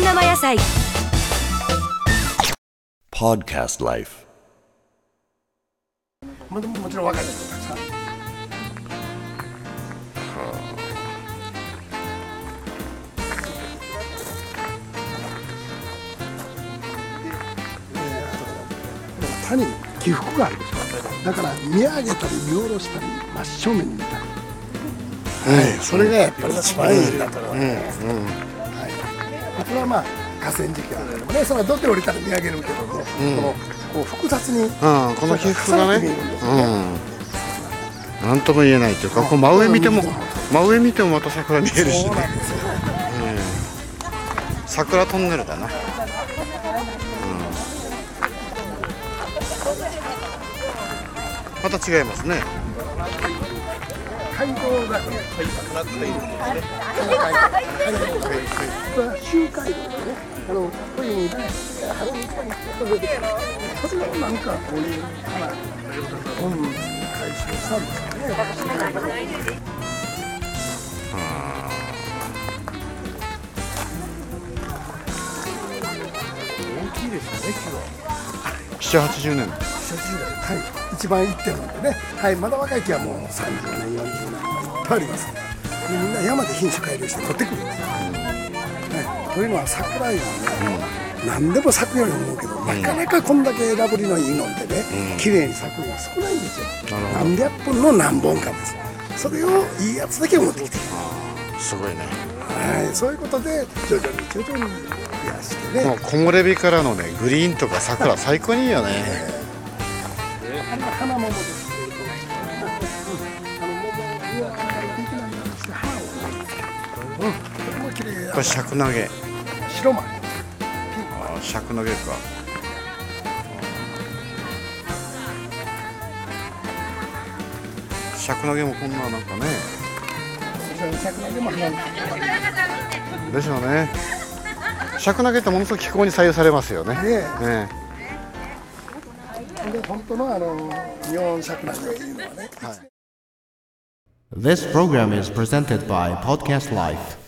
生野菜。 Podcast Life。 もちろん若い人たくさん。谷に起伏があるでしょ。だから見上げたり見下ろしたり真正面に見たり、はい、それがやっぱり一番いいんだと思います。はい、これはまあ河川敷はでもね、それは土手降りたら見上げるけども、こう複雑に、 この起伏がね、なんとも言えないというか、こう真上見てもまた桜見えるしね。桜トンネルだな。また違いますね。 街道がこれは周街道でね、冬に春に一番ちょっと出てくる。それがなんかこういう花、回収したんですかね。大きいですよね、 7、80年。 はい、一番行ってるんでね、はい、まだ若い木はもう30年、40年いっぱいあります。でみんな山で品種改良して取ってくるんですよ。はい、というのは桜いうのはね、何でも咲くように思うけど、なかなかこんだけ枝ぶりのいいのってね、綺麗に咲くのが少ないんですよ。何百本の何本かです。それをいいやつだけ持ってきてる。 すごいね。 はい、そういうことで徐々に増やしてね。 この木漏れ日からのね、グリーンとか桜最高にいいよね。 花桃です。桃がからできないようにして花を。とても綺麗。 これシャクナゲ。 白丸。 シャクナゲか。シャクナゲもこんななんかね。 シャクナゲも花でしょうね。シャクナゲってものすごく気候に左右されますよね。ね。 で本当の日本シャクナゲいうのはね。 This program is presented by Podcast Life.